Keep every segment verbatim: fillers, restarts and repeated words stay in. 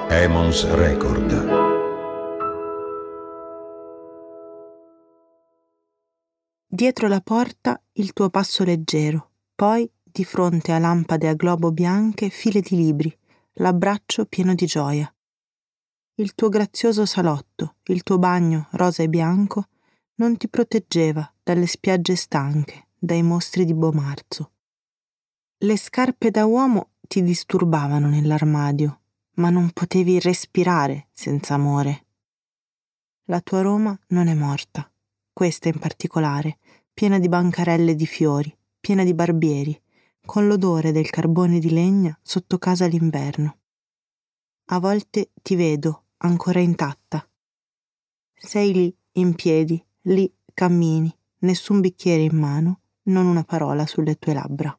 Emons Record. Dietro la porta il tuo passo leggero, poi di fronte a lampade a globo bianche file di libri, l'abbraccio pieno di gioia. Il tuo grazioso salotto, il tuo bagno rosa e bianco, non ti proteggeva dalle spiagge stanche, dai mostri di Bomarzo. Le scarpe da uomo ti disturbavano nell'armadio, ma non potevi respirare senza amore. La tua Roma non è morta, questa in particolare, piena di bancarelle di fiori, piena di barbieri, con l'odore del carbone di legna sotto casa l'inverno. A volte ti vedo ancora intatta. Sei lì, in piedi, lì cammini, nessun bicchiere in mano, non una parola sulle tue labbra.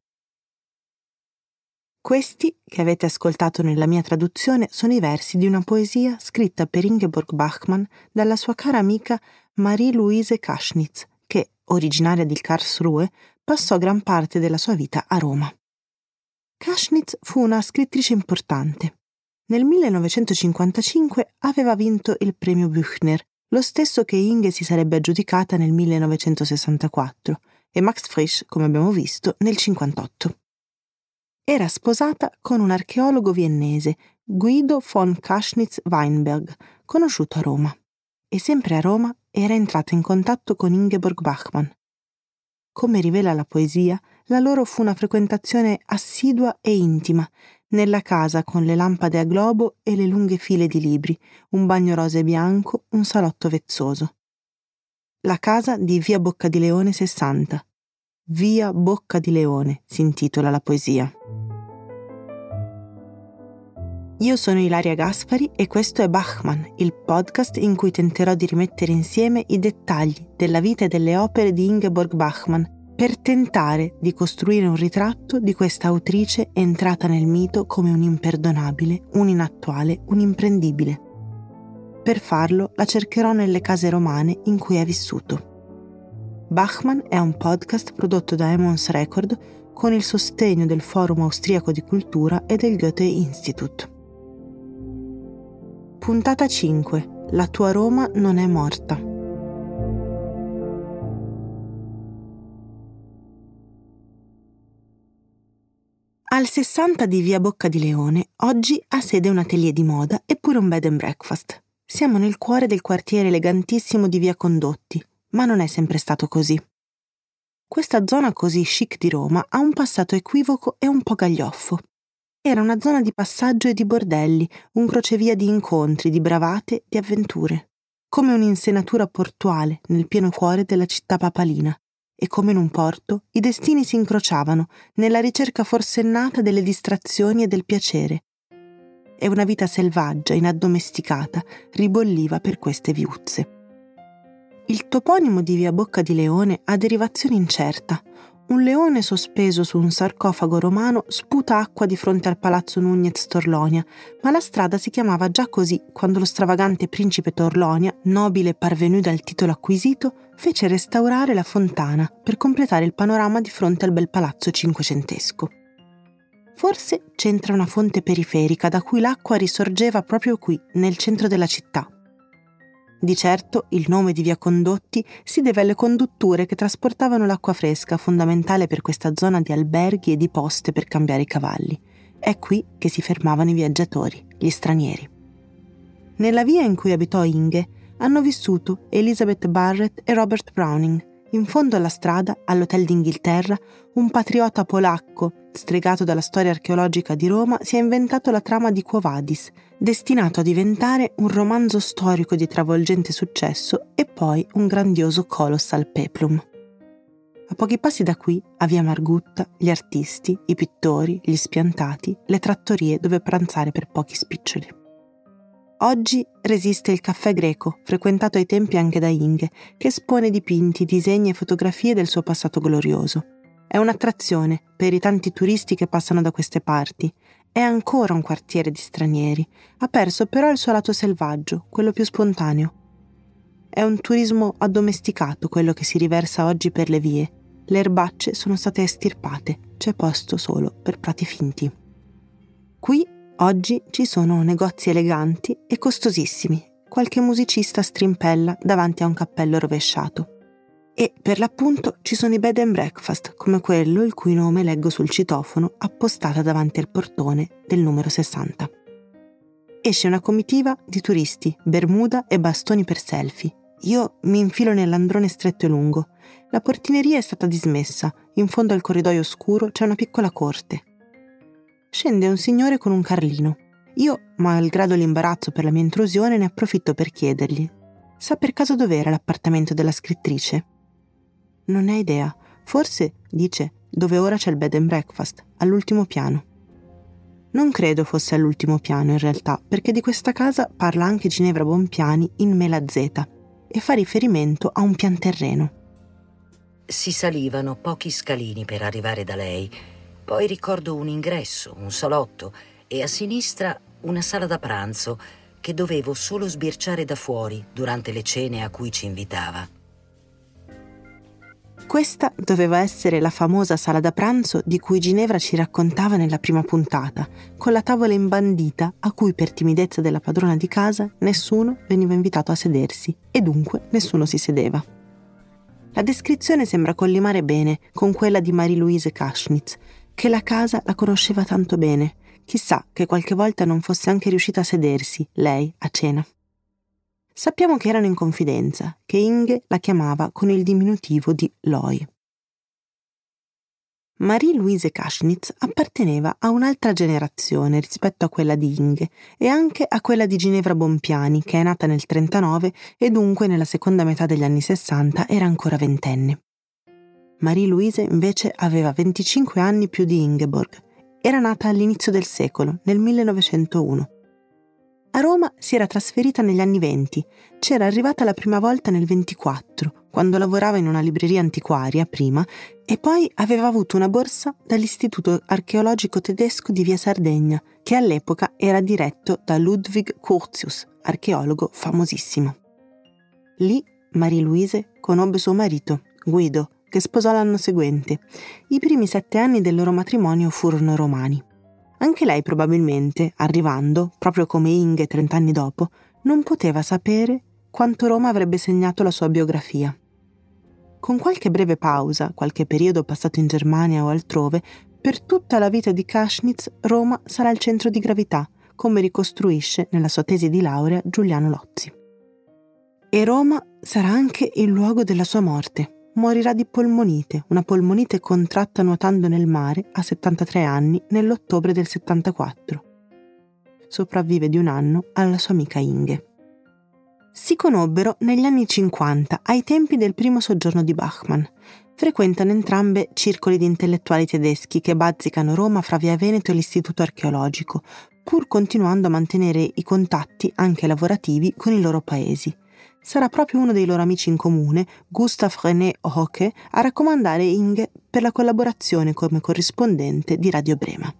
Questi, che avete ascoltato nella mia traduzione, sono i versi di una poesia scritta per Ingeborg Bachmann dalla sua cara amica Marie-Louise Kaschnitz, che, originaria di Karlsruhe, passò gran parte della sua vita a Roma. Kaschnitz fu una scrittrice importante. Nel millenovecentocinquantacinque aveva vinto il premio Büchner, lo stesso che Inge si sarebbe aggiudicata nel millenovecentosessantaquattro e Max Frisch, come abbiamo visto, nel cinquantotto. Era sposata con un archeologo viennese, Guido von Kaschnitz-Weinberg, conosciuto a Roma. E sempre a Roma era entrata in contatto con Ingeborg Bachmann. Come rivela la poesia, la loro fu una frequentazione assidua e intima, nella casa con le lampade a globo e le lunghe file di libri, un bagno rosa e bianco, un salotto vezzoso. La casa di Via Bocca di Leone sessanta. Via Bocca di Leone si intitola la poesia. Io sono Ilaria Gaspari e questo è Bachmann, il podcast in cui tenterò di rimettere insieme i dettagli della vita e delle opere di Ingeborg Bachmann per tentare di costruire un ritratto di questa autrice entrata nel mito come un imperdonabile, un inattuale, un imprendibile. Per farlo la cercherò nelle case romane in cui ha vissuto. Bachmann è un podcast prodotto da Emons Record con il sostegno del Forum Austriaco di Cultura e del Goethe Institut. Puntata cinque. La tua Roma non è morta. Al sessanta di Via Bocca di Leone oggi ha sede un atelier di moda e pure un bed and breakfast. Siamo nel cuore del quartiere elegantissimo di Via Condotti, ma non è sempre stato così. Questa zona così chic di Roma ha un passato equivoco e un po' gaglioffo. Era una zona di passaggio e di bordelli, un crocevia di incontri, di bravate, di avventure. Come un'insenatura portuale nel pieno cuore della città papalina. E come in un porto, i destini si incrociavano nella ricerca forsennata delle distrazioni e del piacere. E una vita selvaggia, inaddomesticata, ribolliva per queste viuzze. Il toponimo di Via Bocca di Leone ha derivazione incerta. Un leone sospeso su un sarcofago romano sputa acqua di fronte al palazzo Nugnez Torlonia, ma la strada si chiamava già così quando lo stravagante principe Torlonia, nobile parvenu dal titolo acquisito, fece restaurare la fontana per completare il panorama di fronte al bel palazzo cinquecentesco. Forse c'entra una fonte periferica da cui l'acqua risorgeva proprio qui, nel centro della città. Di certo il nome di Via Condotti si deve alle condutture che trasportavano l'acqua fresca, fondamentale per questa zona di alberghi e di poste per cambiare i cavalli. È qui che si fermavano i viaggiatori, gli stranieri. Nella via in cui abitò Inge hanno vissuto Elizabeth Barrett e Robert Browning. In fondo alla strada, all'Hotel d'Inghilterra, un patriota polacco, stregato dalla storia archeologica di Roma, si è inventato la trama di Quo Vadis, destinato a diventare un romanzo storico di travolgente successo e poi un grandioso colossal peplum. A pochi passi da qui, a Via Margutta, gli artisti, i pittori, gli spiantati, le trattorie dove pranzare per pochi spiccioli. Oggi resiste il Caffè Greco, frequentato ai tempi anche da Inge, che espone dipinti, disegni e fotografie del suo passato glorioso. È un'attrazione per i tanti turisti che passano da queste parti. È ancora un quartiere di stranieri. Ha perso però il suo lato selvaggio, quello più spontaneo. È un turismo addomesticato quello che si riversa oggi per le vie. Le erbacce sono state estirpate, c'è posto solo per prati finti. Qui Oggi ci sono negozi eleganti e costosissimi, qualche musicista strimpella davanti a un cappello rovesciato. E per l'appunto ci sono i bed and breakfast, come quello il cui nome leggo sul citofono appostata davanti al portone del numero sessanta. Esce una comitiva di turisti, bermuda e bastoni per selfie. Io mi infilo nell'androne stretto e lungo. La portineria è stata dismessa, in fondo al corridoio scuro c'è una piccola corte. Scende un signore con un carlino. Io, malgrado l'imbarazzo per la mia intrusione, ne approfitto per chiedergli: sa per caso dov'era l'appartamento della scrittrice? Non ne ha idea. Forse, dice, dove ora c'è il bed and breakfast, all'ultimo piano. Non credo fosse all'ultimo piano in realtà, perché di questa casa parla anche Ginevra Bompiani in Mela Z e fa riferimento a un pianterreno. Si salivano pochi scalini per arrivare da lei. Poi ricordo un ingresso, un salotto e a sinistra una sala da pranzo che dovevo solo sbirciare da fuori durante le cene a cui ci invitava. Questa doveva essere la famosa sala da pranzo di cui Ginevra ci raccontava nella prima puntata, con la tavola imbandita a cui per timidezza della padrona di casa nessuno veniva invitato a sedersi e dunque nessuno si sedeva. La descrizione sembra collimare bene con quella di Marie-Louise Kaschnitz, che la casa la conosceva tanto bene. Chissà che qualche volta non fosse anche riuscita a sedersi, lei, a cena. Sappiamo che erano in confidenza, che Inge la chiamava con il diminutivo di Loi. Marie-Louise Kaschnitz apparteneva a un'altra generazione rispetto a quella di Inge e anche a quella di Ginevra Bompiani, che è nata nel trentanove e dunque nella seconda metà degli anni sessanta era ancora ventenne. Marie-Louise invece aveva venticinque anni più di Ingeborg. Era nata all'inizio del secolo, nel millenovecentouno. A Roma si era trasferita negli anni venti, c'era arrivata la prima volta nel ventiquattro, quando lavorava in una libreria antiquaria prima, e poi aveva avuto una borsa dall'Istituto Archeologico Tedesco di Via Sardegna, che all'epoca era diretto da Ludwig Curtius, archeologo famosissimo. Lì Marie-Louise conobbe suo marito, Guido, che sposò l'anno seguente. I primi sette anni del loro matrimonio furono romani. Anche lei probabilmente, arrivando, proprio come Inge trent'anni dopo, non poteva sapere quanto Roma avrebbe segnato la sua biografia. Con qualche breve pausa, qualche periodo passato in Germania o altrove, per tutta la vita di Kaschnitz Roma sarà il centro di gravità, come ricostruisce nella sua tesi di laurea Giuliano Lozzi. E Roma sarà anche il luogo della sua morte. Morirà di polmonite, una polmonite contratta nuotando nel mare a settantatré anni nell'ottobre del settantaquattro. Sopravvive di un anno alla sua amica Inge. Si conobbero negli anni cinquanta, ai tempi del primo soggiorno di Bachmann. Frequentano entrambe circoli di intellettuali tedeschi che bazzicano Roma fra Via Veneto e l'Istituto Archeologico, pur continuando a mantenere i contatti, anche lavorativi, con i loro paesi. Sarà proprio uno dei loro amici in comune, Gustav René Hocke, a raccomandare Inge per la collaborazione come corrispondente di Radio Brema.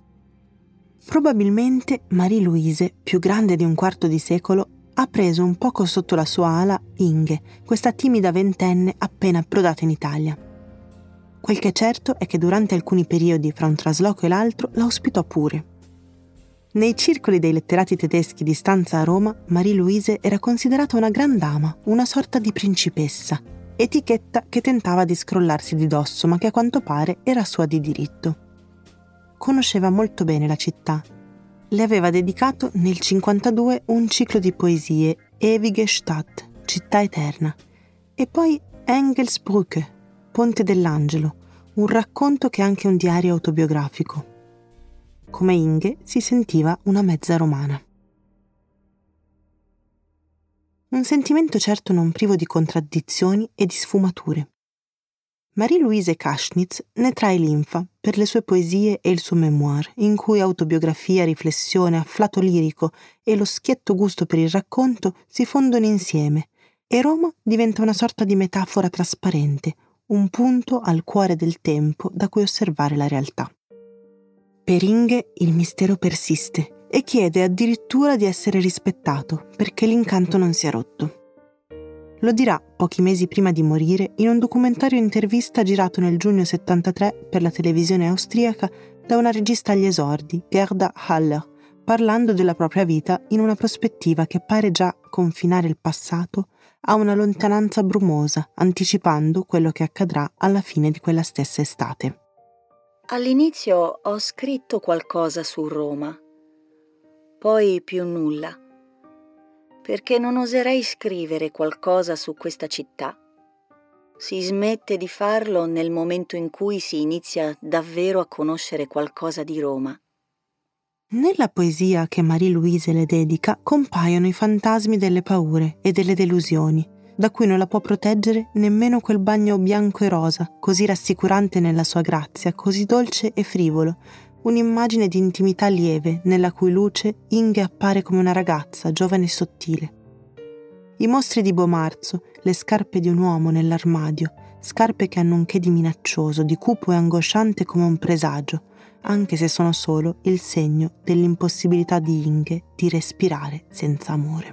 Probabilmente Marie-Louise, più grande di un quarto di secolo, ha preso un poco sotto la sua ala Inge, questa timida ventenne appena approdata in Italia. Quel che è certo è che durante alcuni periodi fra un trasloco e l'altro la ospitò pure. Nei circoli dei letterati tedeschi di stanza a Roma, Marie-Louise era considerata una gran dama, una sorta di principessa, etichetta che tentava di scrollarsi di dosso, ma che a quanto pare era sua di diritto. Conosceva molto bene la città. Le aveva dedicato nel cinquantadue un ciclo di poesie, Ewige Stadt, città eterna, e poi Engelsbrücke, Ponte dell'Angelo, un racconto che è anche un diario autobiografico. Come Inge si sentiva una mezza romana. Un sentimento certo non privo di contraddizioni e di sfumature. Marie-Louise Kaschnitz ne trae linfa per le sue poesie e il suo memoir, in cui autobiografia, riflessione, afflato lirico e lo schietto gusto per il racconto si fondono insieme, e Roma diventa una sorta di metafora trasparente, un punto al cuore del tempo da cui osservare la realtà. Per Inge il mistero persiste e chiede addirittura di essere rispettato perché l'incanto non sia rotto. Lo dirà pochi mesi prima di morire in un documentario intervista girato nel giugno settantatré per la televisione austriaca da una regista agli esordi, Gerda Haller, parlando della propria vita in una prospettiva che pare già confinare il passato a una lontananza brumosa, anticipando quello che accadrà alla fine di quella stessa estate. All'inizio ho scritto qualcosa su Roma, poi più nulla, perché non oserei scrivere qualcosa su questa città. Si smette di farlo nel momento in cui si inizia davvero a conoscere qualcosa di Roma. Nella poesia che Marie-Louise le dedica compaiono i fantasmi delle paure e delle delusioni, da cui non la può proteggere nemmeno quel bagno bianco e rosa, così rassicurante nella sua grazia, così dolce e frivolo, un'immagine di intimità lieve nella cui luce Inge appare come una ragazza, giovane e sottile. I mostri di Bomarzo, le scarpe di un uomo nell'armadio, scarpe che hanno un che di minaccioso, di cupo e angosciante come un presagio, anche se sono solo il segno dell'impossibilità di Inge di respirare senza amore.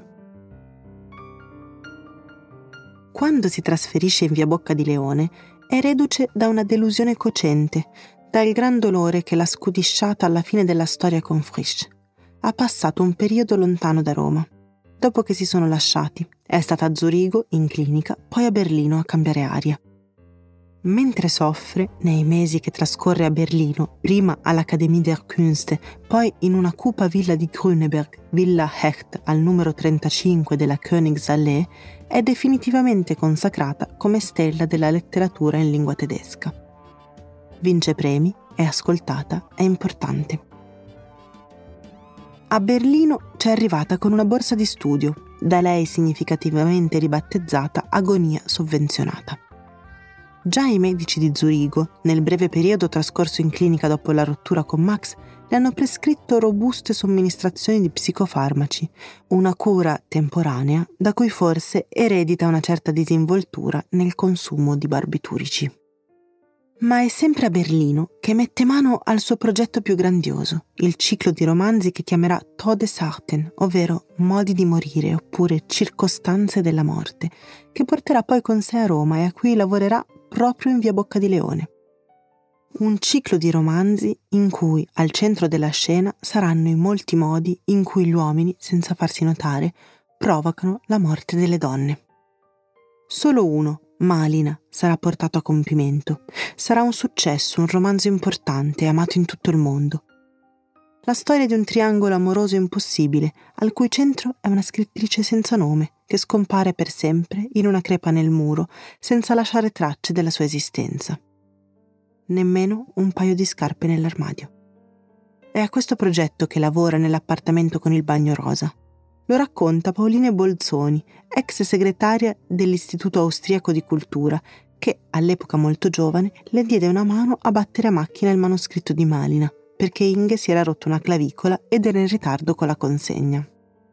Quando si trasferisce in via Bocca di Leone è reduce da una delusione cocente, dal gran dolore che l'ha scudisciata alla fine della storia con Frisch. Ha passato un periodo lontano da Roma. Dopo che si sono lasciati, è stata a Zurigo, in clinica, poi a Berlino a cambiare aria. Mentre soffre, nei mesi che trascorre a Berlino, prima all'Akademie der Künste, poi in una cupa villa di Grüneberg, Villa Hecht al numero trentacinque della Königsallee, è definitivamente consacrata come stella della letteratura in lingua tedesca. Vince premi, è ascoltata, è importante. A Berlino c'è arrivata con una borsa di studio, da lei significativamente ribattezzata Agonia sovvenzionata. Già i medici di Zurigo, nel breve periodo trascorso in clinica dopo la rottura con Max, le hanno prescritto robuste somministrazioni di psicofarmaci, una cura temporanea da cui forse eredita una certa disinvoltura nel consumo di barbiturici. Ma è sempre a Berlino che mette mano al suo progetto più grandioso, il ciclo di romanzi che chiamerà Todesarten, ovvero Modi di morire oppure Circostanze della morte, che porterà poi con sé a Roma e a cui lavorerà proprio in via Bocca di Leone. Un ciclo di romanzi in cui al centro della scena saranno i molti modi in cui gli uomini, senza farsi notare, provocano la morte delle donne. Solo uno, Malina, sarà portato a compimento. Sarà un successo, un romanzo importante, amato in tutto il mondo. La storia di un triangolo amoroso impossibile, al cui centro è una scrittrice senza nome, che scompare per sempre in una crepa nel muro, senza lasciare tracce della sua esistenza. Nemmeno un paio di scarpe nell'armadio. È a questo progetto che lavora nell'appartamento con il bagno rosa. Lo racconta Pauline Bolzoni, ex segretaria dell'Istituto Austriaco di Cultura, che, all'epoca molto giovane, le diede una mano a battere a macchina il manoscritto di Malina, perché Inge si era rotto una clavicola ed era in ritardo con la consegna.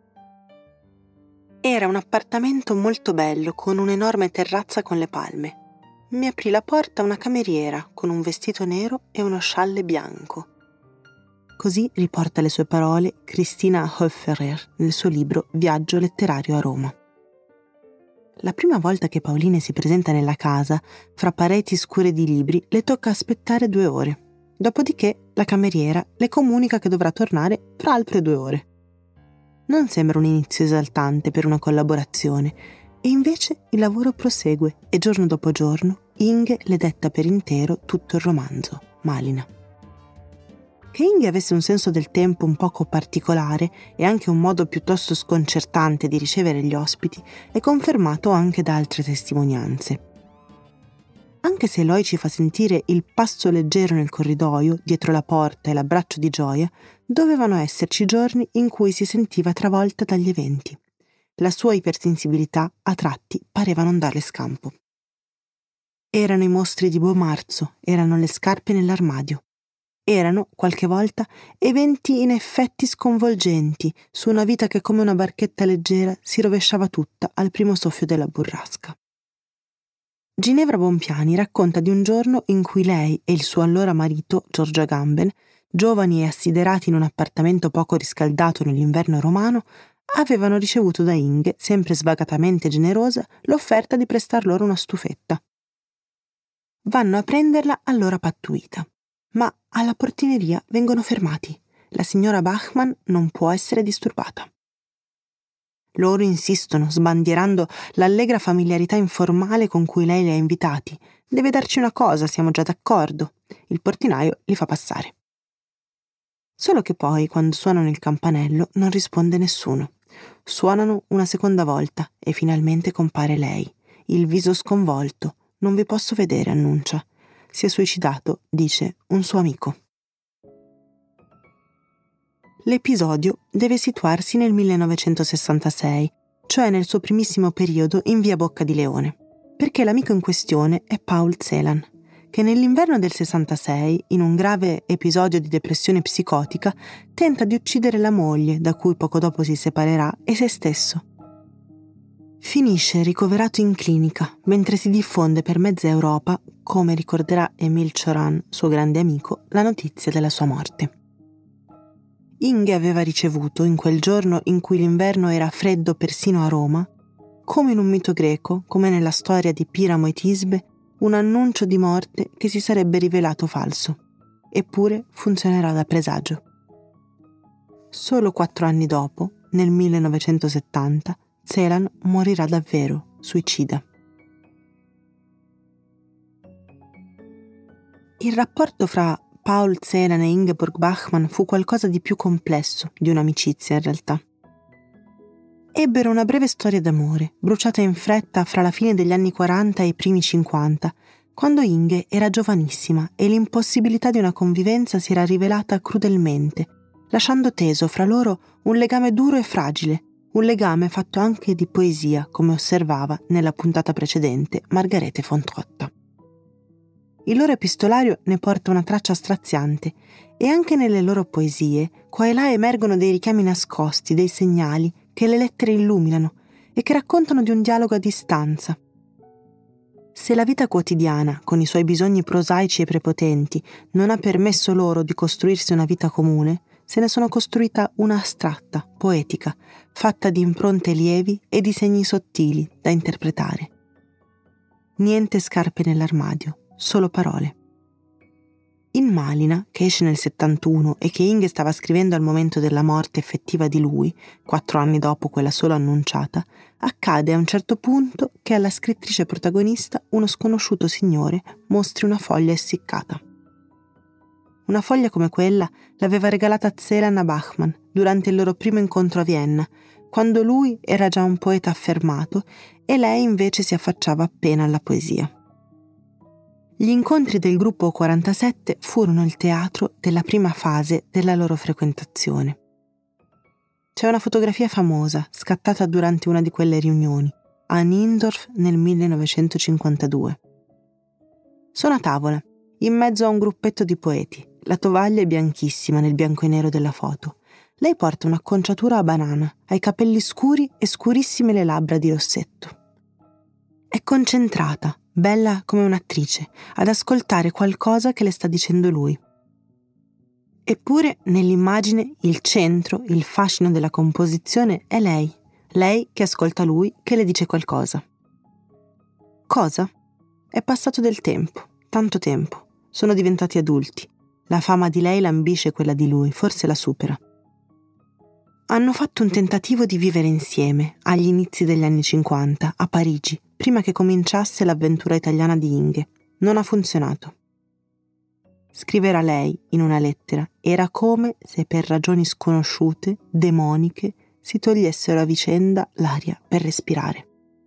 Era un appartamento molto bello, con un'enorme terrazza con le palme. Mi aprì la porta una cameriera con un vestito nero e uno scialle bianco. Così riporta le sue parole Christina Höfferer nel suo libro Viaggio letterario a Roma. La prima volta che Pauline si presenta nella casa, fra pareti scure di libri, le tocca aspettare due ore. Dopodiché la cameriera le comunica che dovrà tornare tra altre due ore. Non sembra un inizio esaltante per una collaborazione, e invece il lavoro prosegue e giorno dopo giorno Inge le detta per intero tutto il romanzo, Malina. Che Inge avesse un senso del tempo un poco particolare e anche un modo piuttosto sconcertante di ricevere gli ospiti è confermato anche da altre testimonianze. Anche se Eloy ci fa sentire il passo leggero nel corridoio, dietro la porta e l'abbraccio di gioia, dovevano esserci giorni in cui si sentiva travolta dagli eventi. La sua ipersensibilità, a tratti, pareva non darle scampo. Erano i mostri di Bomarzo, erano le scarpe nell'armadio. Erano, qualche volta, eventi in effetti sconvolgenti su una vita che come una barchetta leggera si rovesciava tutta al primo soffio della burrasca. Ginevra Bonpiani racconta di un giorno in cui lei e il suo allora marito, Giorgio Agamben, giovani e assiderati in un appartamento poco riscaldato nell'inverno romano, avevano ricevuto da Inge, sempre svagatamente generosa, l'offerta di prestar loro una stufetta. Vanno a prenderla all'ora pattuita, ma alla portineria vengono fermati. La signora Bachmann non può essere disturbata. Loro insistono, sbandierando l'allegra familiarità informale con cui lei li ha invitati. Deve darci una cosa, siamo già d'accordo. Il portinaio li fa passare. Solo che poi, quando suonano il campanello, non risponde nessuno. Suonano una seconda volta e finalmente compare lei. Il viso sconvolto. Non vi posso vedere, annuncia. Si è suicidato, dice, un suo amico. L'episodio deve situarsi nel millenovecentosessantasei, cioè nel suo primissimo periodo in via Bocca di Leone, perché l'amico in questione è Paul Celan, che nell'inverno del sessantasei, in un grave episodio di depressione psicotica, tenta di uccidere la moglie, da cui poco dopo si separerà, e se stesso. Finisce ricoverato in clinica, mentre si diffonde per mezza Europa, come ricorderà Émile Cioran, suo grande amico, la notizia della sua morte. Inge aveva ricevuto, in quel giorno in cui l'inverno era freddo persino a Roma, come in un mito greco, come nella storia di Piramo e Tisbe, un annuncio di morte che si sarebbe rivelato falso. Eppure funzionerà da presagio. Solo quattro anni dopo, nel millenovecentosettanta, Celan morirà davvero, suicida. Il rapporto fra Paul Celan e Ingeborg Bachmann fu qualcosa di più complesso di un'amicizia in realtà. Ebbero una breve storia d'amore, bruciata in fretta fra la fine degli anni quaranta e i primi cinquanta, quando Inge era giovanissima e l'impossibilità di una convivenza si era rivelata crudelmente, lasciando teso fra loro un legame duro e fragile, un legame fatto anche di poesia, come osservava nella puntata precedente Margarete von Trotta. Il loro epistolario ne porta una traccia straziante e anche nelle loro poesie qua e là emergono dei richiami nascosti, dei segnali che le lettere illuminano e che raccontano di un dialogo a distanza. Se la vita quotidiana, con i suoi bisogni prosaici e prepotenti, non ha permesso loro di costruirsi una vita comune, se ne sono costruita una astratta, poetica, fatta di impronte lievi e di segni sottili da interpretare. Niente scarpe nell'armadio. Solo parole. In Malina, che esce nel settantuno e che Inge stava scrivendo al momento della morte effettiva di lui, quattro anni dopo quella solo annunciata, accade a un certo punto che alla scrittrice protagonista uno sconosciuto signore mostri una foglia essiccata. Una foglia come quella l'aveva regalata Celan a Bachmann durante il loro primo incontro a Vienna, quando lui era già un poeta affermato e lei invece si affacciava appena alla poesia. Gli incontri del gruppo quarantasette furono il teatro della prima fase della loro frequentazione. C'è una fotografia famosa, scattata durante una di quelle riunioni, a Niendorf nel millenovecentocinquantadue. Sono a tavola, in mezzo a un gruppetto di poeti. La tovaglia è bianchissima nel bianco e nero della foto. Lei porta un'acconciatura a banana, ha i capelli scuri e scurissime le labbra di rossetto. È concentrata, bella come un'attrice, ad ascoltare qualcosa che le sta dicendo lui. Eppure, nell'immagine, il centro, il fascino della composizione è lei, lei che ascolta lui, che le dice qualcosa. Cosa? È passato del tempo, tanto tempo, sono diventati adulti. La fama di lei lambisce quella di lui, forse la supera. Hanno fatto un tentativo di vivere insieme, agli inizi degli anni cinquanta, a Parigi, prima che cominciasse l'avventura italiana di Inge. Non ha funzionato. Scrivere a lei, in una lettera, era come se per ragioni sconosciute, demoniche, si togliessero a vicenda l'aria per respirare.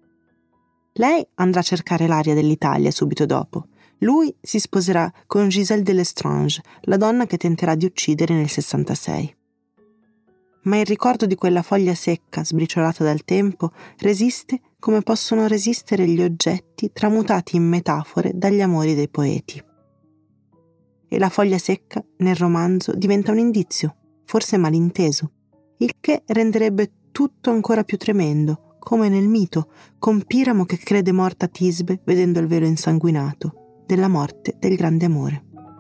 Lei andrà a cercare l'aria dell'Italia subito dopo. Lui si sposerà con Gisèle de Lestrange, la donna che tenterà di uccidere nel sessantasei. Ma il ricordo di quella foglia secca, sbriciolata dal tempo, resiste come possono resistere gli oggetti tramutati in metafore dagli amori dei poeti. E la foglia secca, nel romanzo, diventa un indizio, forse malinteso, il che renderebbe tutto ancora più tremendo, come nel mito, con Piramo che crede morta Tisbe vedendo il velo insanguinato, della morte del grande amore.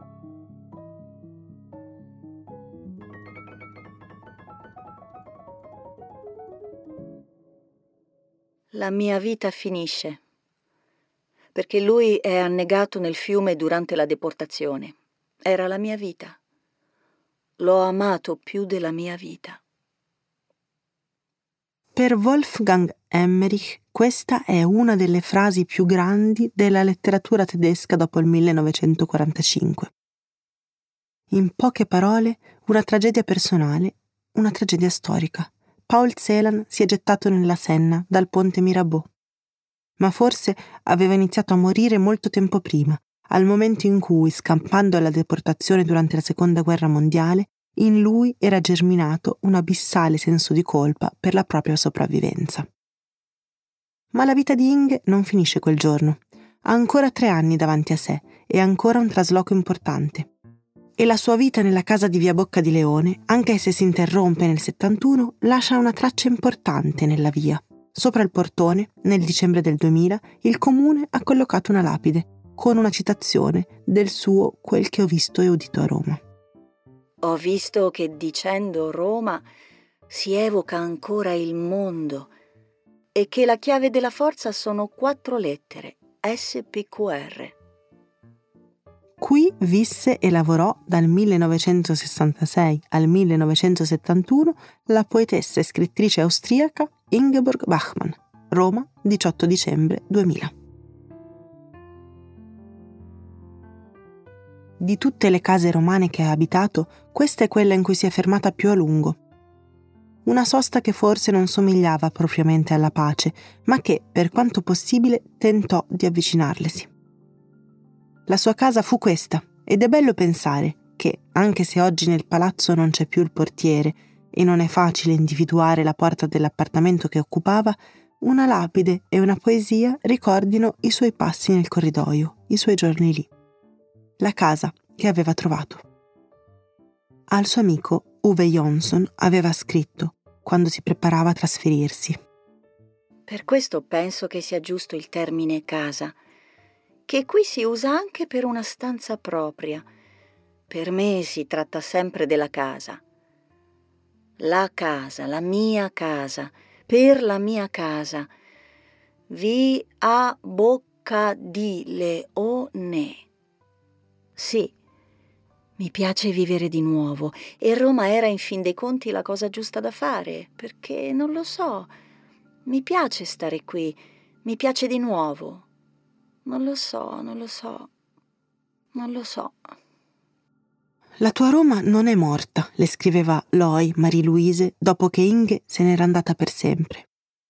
La mia vita finisce, perché lui è annegato nel fiume durante la deportazione. Era la mia vita. l'ho amato più della mia vita. Per Wolfgang Emmerich questa è una delle frasi più grandi della letteratura tedesca dopo il millenovecentoquarantacinque. In poche parole, una tragedia personale, una tragedia storica. Paul Celan si è gettato nella Senna dal ponte Mirabeau. Ma forse aveva iniziato a morire molto tempo prima, al momento in cui, scampando alla deportazione durante la Seconda Guerra Mondiale, in lui era germinato un abissale senso di colpa per la propria sopravvivenza. Ma la vita di Inge non finisce quel giorno. Ha ancora tre anni davanti a sé e ancora un trasloco importante. E la sua vita nella casa di via Bocca di Leone, anche se si interrompe nel settantuno, lascia una traccia importante nella via. Sopra il portone, nel dicembre del duemila, il comune ha collocato una lapide con una citazione del suo Quel che ho visto e udito a Roma. Ho visto che dicendo Roma si evoca ancora il mondo e che la chiave della forza sono quattro lettere, S P Q R. Qui visse e lavorò dal millenovecentosessantasei al millenovecentosettantuno la poetessa e scrittrice austriaca Ingeborg Bachmann, Roma, diciotto dicembre duemila. Di tutte le case romane che ha abitato, questa è quella in cui si è fermata più a lungo. Una sosta che forse non somigliava propriamente alla pace, ma che, per quanto possibile, tentò di avvicinarlesi. La sua casa fu questa, ed è bello pensare che, anche se oggi nel palazzo non c'è più il portiere e non è facile individuare la porta dell'appartamento che occupava, una lapide e una poesia ricordino i suoi passi nel corridoio, i suoi giorni lì. La casa che aveva trovato. Al suo amico Uwe Jonsson aveva scritto quando si preparava a trasferirsi. Per questo penso che sia giusto il termine casa, che qui si usa anche per una stanza propria. Per me si tratta sempre della casa. La casa, la mia casa, per la mia casa. Via Bocca di Leone. Sì, mi piace vivere di nuovo e Roma era in fin dei conti la cosa giusta da fare, perché non lo so, mi piace stare qui, mi piace di nuovo. Non lo so, non lo so, non lo so. La tua Roma non è morta, le scriveva Loi Marie-Louise dopo che Inge se n'era andata per sempre.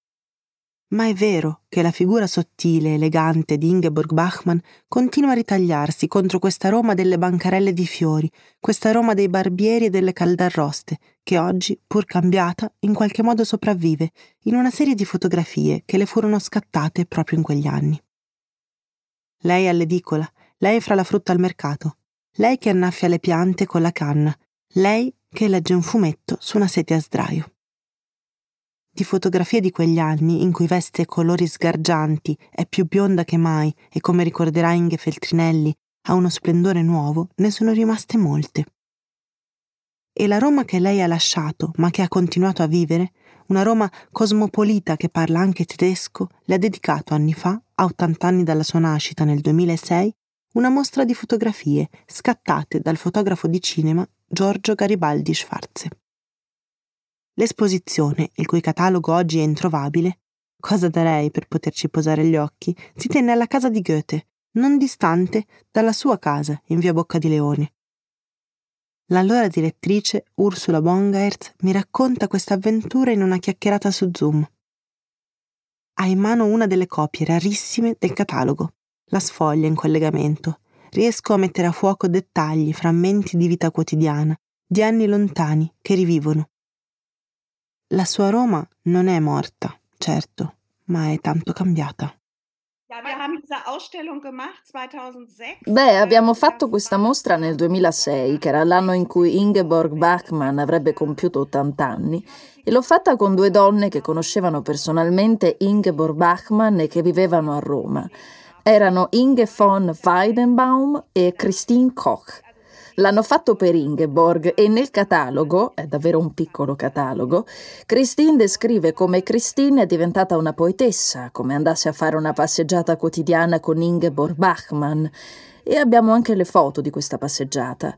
Ma è vero che la figura sottile e elegante di Ingeborg Bachmann continua a ritagliarsi contro questa Roma delle bancarelle di fiori, questa Roma dei barbieri e delle caldarroste, che oggi, pur cambiata, in qualche modo sopravvive in una serie di fotografie che le furono scattate proprio in quegli anni. Lei all'edicola, lei fra la frutta al mercato, lei che annaffia le piante con la canna, lei che legge un fumetto su una sedia a sdraio. Di fotografie di quegli anni in cui veste colori sgargianti, è più bionda che mai e, come ricorderà Inge Feltrinelli, ha uno splendore nuovo, ne sono rimaste molte. E la Roma che lei ha lasciato, ma che ha continuato a vivere, una Roma cosmopolita che parla anche tedesco, le ha dedicato anni fa, a ottanta anni dalla sua nascita nel duemilasei, una mostra di fotografie scattate dal fotografo di cinema Giorgio Garibaldi Schwarze. L'esposizione, il cui catalogo oggi è introvabile, cosa darei per poterci posare gli occhi, si tenne alla casa di Goethe, non distante dalla sua casa in via Bocca di Leone. L'allora direttrice Ursula Bongaerts mi racconta questa avventura in una chiacchierata su Zoom. Ha in mano una delle copie rarissime del catalogo, la sfoglia in collegamento. Riesco a mettere a fuoco dettagli, frammenti di vita quotidiana, di anni lontani che rivivono. La sua Roma non è morta, certo, ma è tanto cambiata. Beh, abbiamo fatto questa mostra nel duemilasei, che era l'anno in cui Ingeborg Bachmann avrebbe compiuto ottanta anni, e l'ho fatta con due donne che conoscevano personalmente Ingeborg Bachmann e che vivevano a Roma. Erano Inge von Weidenbaum e Christine Koch. L'hanno fatto per Ingeborg e nel catalogo, è davvero un piccolo catalogo, Christine descrive come Christine è diventata una poetessa, come andasse a fare una passeggiata quotidiana con Ingeborg Bachmann, e abbiamo anche le foto di questa passeggiata.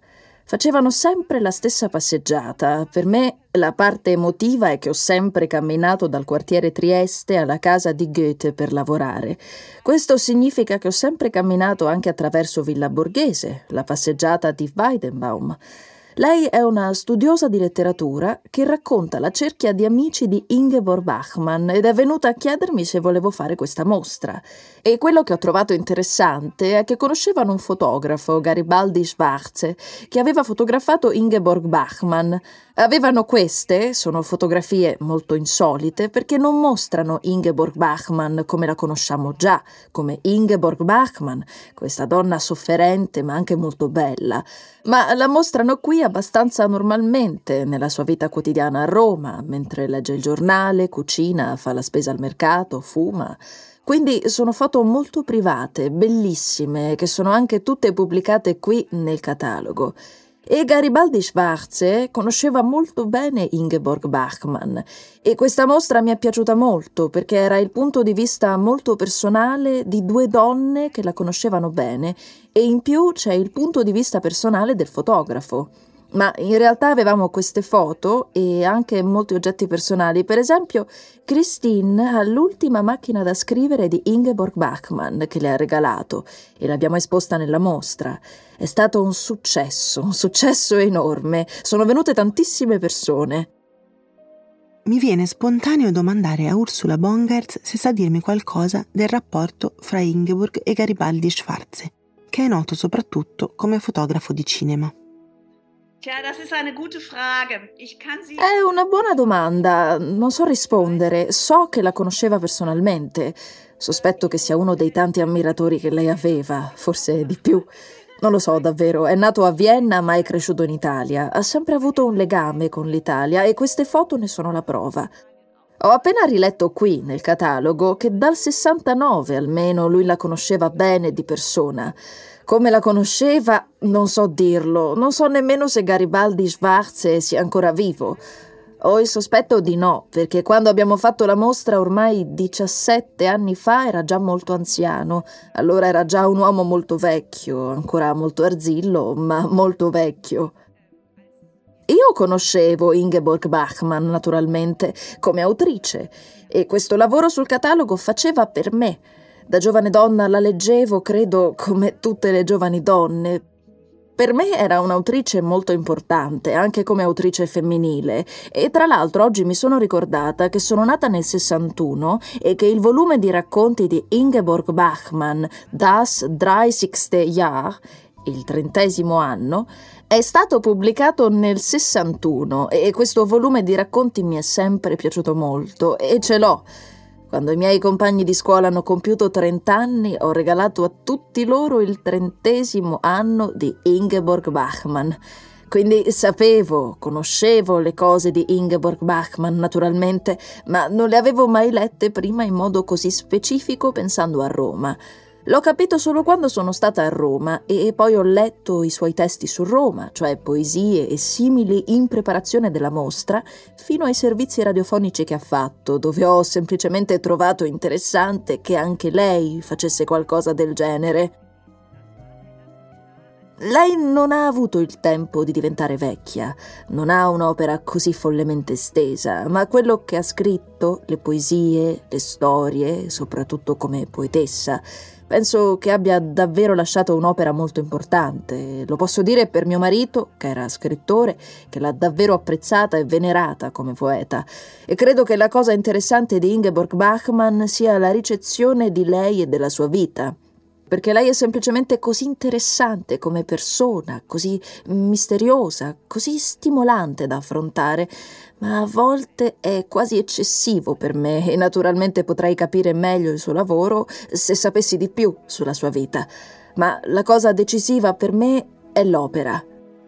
Facevano sempre la stessa passeggiata. Per me la parte emotiva è che ho sempre camminato dal quartiere Trieste alla casa di Goethe per lavorare. Questo significa che ho sempre camminato anche attraverso Villa Borghese, la passeggiata di Weidenbaum. Lei è una studiosa di letteratura che racconta la cerchia di amici di Ingeborg Bachmann ed è venuta a chiedermi se volevo fare questa mostra. E quello che ho trovato interessante è che conoscevano un fotografo, Garibaldi Schwarze, che aveva fotografato Ingeborg Bachmann. Avevano queste, sono fotografie molto insolite, perché non mostrano Ingeborg Bachmann come la conosciamo già, come Ingeborg Bachmann, questa donna sofferente ma anche molto bella, ma la mostrano qui abbastanza normalmente, nella sua vita quotidiana a Roma, mentre legge il giornale, cucina, fa la spesa al mercato, fuma. Quindi sono foto molto private, bellissime, che sono anche tutte pubblicate qui nel catalogo. E Garibaldi Schwarze conosceva molto bene Ingeborg Bachmann e questa mostra mi è piaciuta molto perché era il punto di vista molto personale di due donne che la conoscevano bene e in più c'è il punto di vista personale del fotografo. Ma in realtà avevamo queste foto e anche molti oggetti personali. Per esempio, Christine ha l'ultima macchina da scrivere di Ingeborg Bachmann che le ha regalato e l'abbiamo esposta nella mostra. È stato un successo, un successo enorme. Sono venute tantissime persone. Mi viene spontaneo domandare a Ursula Bongertz se sa dirmi qualcosa del rapporto fra Ingeborg e Garibaldi Schwarze, che è noto soprattutto come fotografo di cinema. È una buona domanda, non so rispondere. So che la conosceva personalmente. Sospetto che sia uno dei tanti ammiratori che lei aveva, forse di più. Non lo so davvero, è nato a Vienna ma è cresciuto in Italia. Ha sempre avuto un legame con l'Italia e queste foto ne sono la prova. Ho appena riletto qui, nel catalogo, che dal sessantanove almeno lui la conosceva bene di persona. Come la conosceva, non so dirlo, non so nemmeno se Garibaldi Schwarze sia ancora vivo. Ho il sospetto di no, perché quando abbiamo fatto la mostra ormai diciassette anni fa era già molto anziano, allora era già un uomo molto vecchio, ancora molto arzillo, ma molto vecchio. Io conoscevo Ingeborg Bachmann, naturalmente, come autrice, e questo lavoro sul catalogo faceva per me. Da giovane donna la leggevo, credo, come tutte le giovani donne. Per me era un'autrice molto importante, anche come autrice femminile, e tra l'altro oggi mi sono ricordata che sono nata nel sessantuno e che il volume di racconti di Ingeborg Bachmann, Das dreißigste Jahr, il trentesimo anno, è stato pubblicato nel sessantuno e questo volume di racconti mi è sempre piaciuto molto e ce l'ho. Quando i miei compagni di scuola hanno compiuto trent'anni, ho regalato a tutti loro il trentesimo anno di Ingeborg Bachmann. Quindi sapevo, conoscevo le cose di Ingeborg Bachmann naturalmente, ma non le avevo mai lette prima in modo così specifico pensando a Roma. L'ho capito solo quando sono stata a Roma e poi ho letto i suoi testi su Roma, cioè poesie e simili in preparazione della mostra, fino ai servizi radiofonici che ha fatto, dove ho semplicemente trovato interessante che anche lei facesse qualcosa del genere. Lei non ha avuto il tempo di diventare vecchia, non ha un'opera così follemente estesa, ma quello che ha scritto, le poesie, le storie, soprattutto come poetessa, penso che abbia davvero lasciato un'opera molto importante. Lo posso dire per mio marito, che era scrittore, che l'ha davvero apprezzata e venerata come poeta. E credo che la cosa interessante di Ingeborg Bachmann sia la ricezione di lei e della sua vita. Perché lei è semplicemente così interessante come persona, così misteriosa, così stimolante da affrontare, ma a volte è quasi eccessivo per me e naturalmente potrei capire meglio il suo lavoro se sapessi di più sulla sua vita. Ma la cosa decisiva per me è l'opera.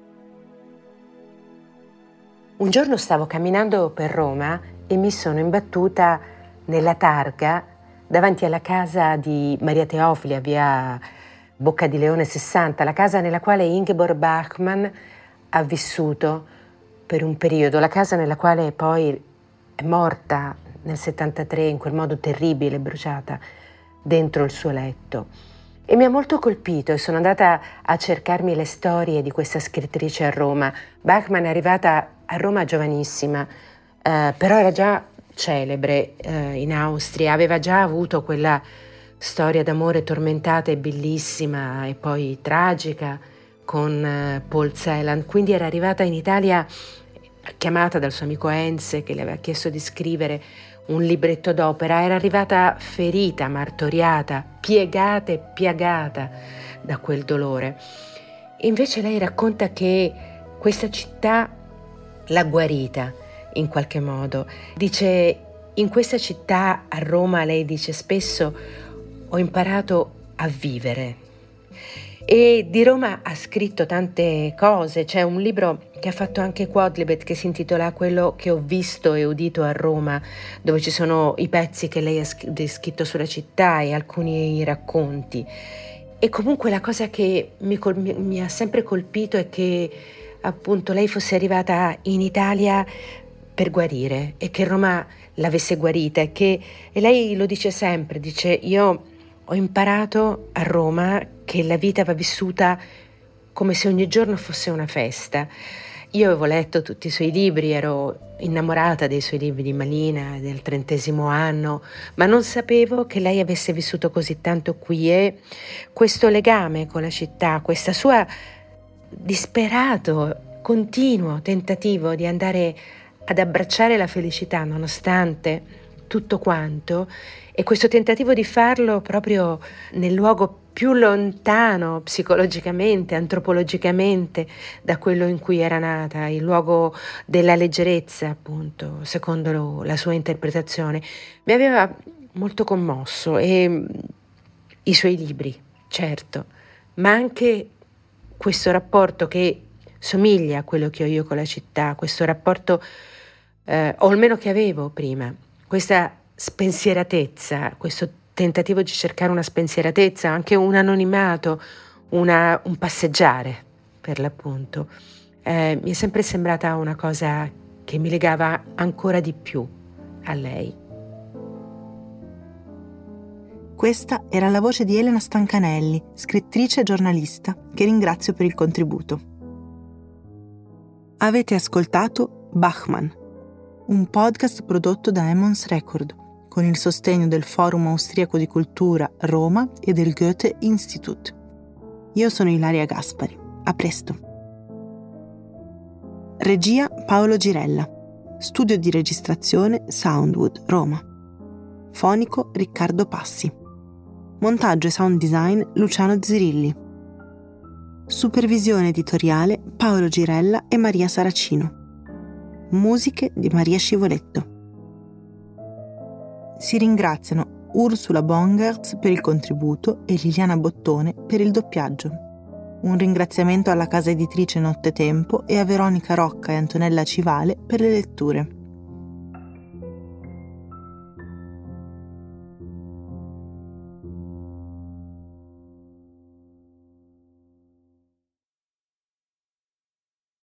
Un giorno stavo camminando per Roma e mi sono imbattuta nella targa davanti alla casa di Maria Teofili, a via Bocca di Leone sessanta, la casa nella quale Ingeborg Bachmann ha vissuto per un periodo, la casa nella quale poi è morta nel settantatré in quel modo terribile, bruciata dentro il suo letto. E mi ha molto colpito e sono andata a cercarmi le storie di questa scrittrice a Roma. Bachmann è arrivata a Roma giovanissima, eh, però era già celebre eh, in Austria, aveva già avuto quella storia d'amore tormentata e bellissima e poi tragica con eh, Paul Celan, quindi era arrivata in Italia chiamata dal suo amico Enze che le aveva chiesto di scrivere un libretto d'opera, era arrivata ferita, martoriata, piegata e piagata da quel dolore. E invece lei racconta che questa città l'ha guarita in qualche modo. Dice, in questa città a Roma, lei dice spesso, ho imparato a vivere. E di Roma ha scritto tante cose, c'è un libro che ha fatto anche Quodlibet che si intitola Quello che ho visto e udito a Roma, dove ci sono i pezzi che lei ha scritto sulla città e alcuni racconti. E comunque la cosa che mi, col- mi ha sempre colpito è che appunto lei fosse arrivata in Italia per guarire e che Roma l'avesse guarita e che e lei lo dice sempre, dice io ho imparato a Roma che la vita va vissuta come se ogni giorno fosse una festa. Io avevo letto tutti i suoi libri, ero innamorata dei suoi libri di Malina, del trentesimo anno, ma non sapevo che lei avesse vissuto così tanto qui e questo legame con la città, questa sua disperato, continuo tentativo di andare ad abbracciare la felicità nonostante tutto quanto, e questo tentativo di farlo proprio nel luogo più lontano psicologicamente, antropologicamente da quello in cui era nata, il luogo della leggerezza, appunto, secondo la sua interpretazione, mi aveva molto commosso. E i suoi libri, certo, ma anche questo rapporto che somiglia a quello che ho io con la città, questo rapporto, eh, o almeno che avevo prima, questa spensieratezza, questo tentativo di cercare una spensieratezza, anche un anonimato, una, un passeggiare per l'appunto, eh, mi è sempre sembrata una cosa che mi legava ancora di più a lei. Questa era la voce di Elena Stancanelli, scrittrice e giornalista, che ringrazio per il contributo. Avete ascoltato Bachmann, un podcast prodotto da Emmons Record, con il sostegno del Forum Austriaco di Cultura Roma e del Goethe Institut. Io sono Ilaria Gaspari. A presto. Regia Paolo Girella. Studio di registrazione Soundwood, Roma. Fonico Riccardo Passi. Montaggio e sound design Luciano Zirilli. Supervisione editoriale Paolo Girella e Maria Saracino. Musiche di Maria Scivoletto. Si ringraziano Ursula Bongertz per il contributo e Liliana Bottone per il doppiaggio. Un ringraziamento alla casa editrice Nottetempo e a Veronica Rocca e Antonella Civale per le letture.